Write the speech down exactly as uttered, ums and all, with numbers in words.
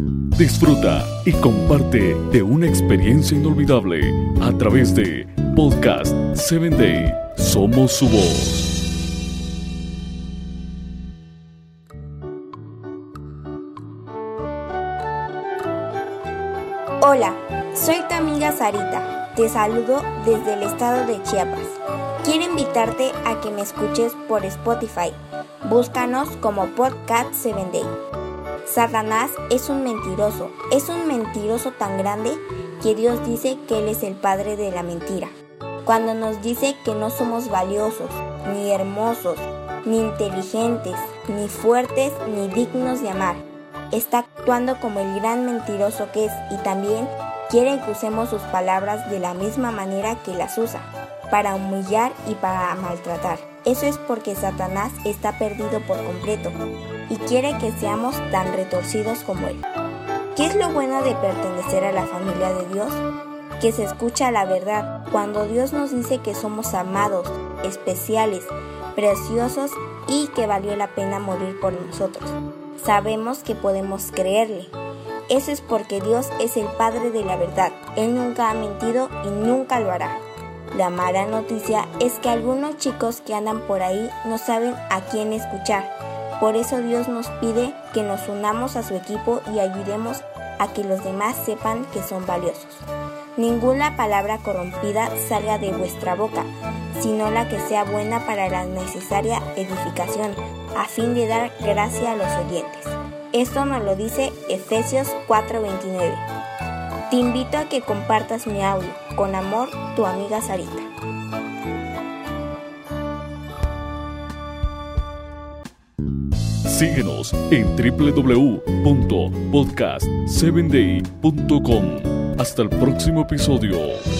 Disfruta y comparte de una experiencia inolvidable a través de Podcast siete Day. Somos su voz. Hola, soy tu amiga Sarita. Te saludo desde el estado de Chiapas. Quiero invitarte a que me escuches por Spotify. Búscanos como Podcast siete Day. Satanás es un mentiroso. Es un mentiroso tan grande que Dios dice que Él es el padre de la mentira. Cuando nos dice que no somos valiosos, ni hermosos, ni inteligentes, ni fuertes, ni dignos de amar, está actuando como el gran mentiroso que es, y también quiere que usemos sus palabras de la misma manera que las usa, para humillar y para maltratar. Eso es porque Satanás está perdido por completo y quiere que seamos tan retorcidos como él. ¿Qué es lo bueno de pertenecer a la familia de Dios? Que se escucha la verdad cuando Dios nos dice que somos amados, especiales, preciosos y que valió la pena morir por nosotros. Sabemos que podemos creerle. Eso es porque Dios es el Padre de la verdad. Él nunca ha mentido y nunca lo hará. La mala noticia es que algunos chicos que andan por ahí no saben a quién escuchar. Por eso Dios nos pide que nos unamos a su equipo y ayudemos a que los demás sepan que son valiosos. Ninguna palabra corrompida salga de vuestra boca, sino la que sea buena para la necesaria edificación, a fin de dar gracia a los oyentes. Esto nos lo dice Efesios cuatro veintinueve. Te invito a que compartas mi audio. Con amor, tu amiga Sarita. Síguenos en doble u doble u doble u punto podcast siete day punto com. Hasta el próximo episodio.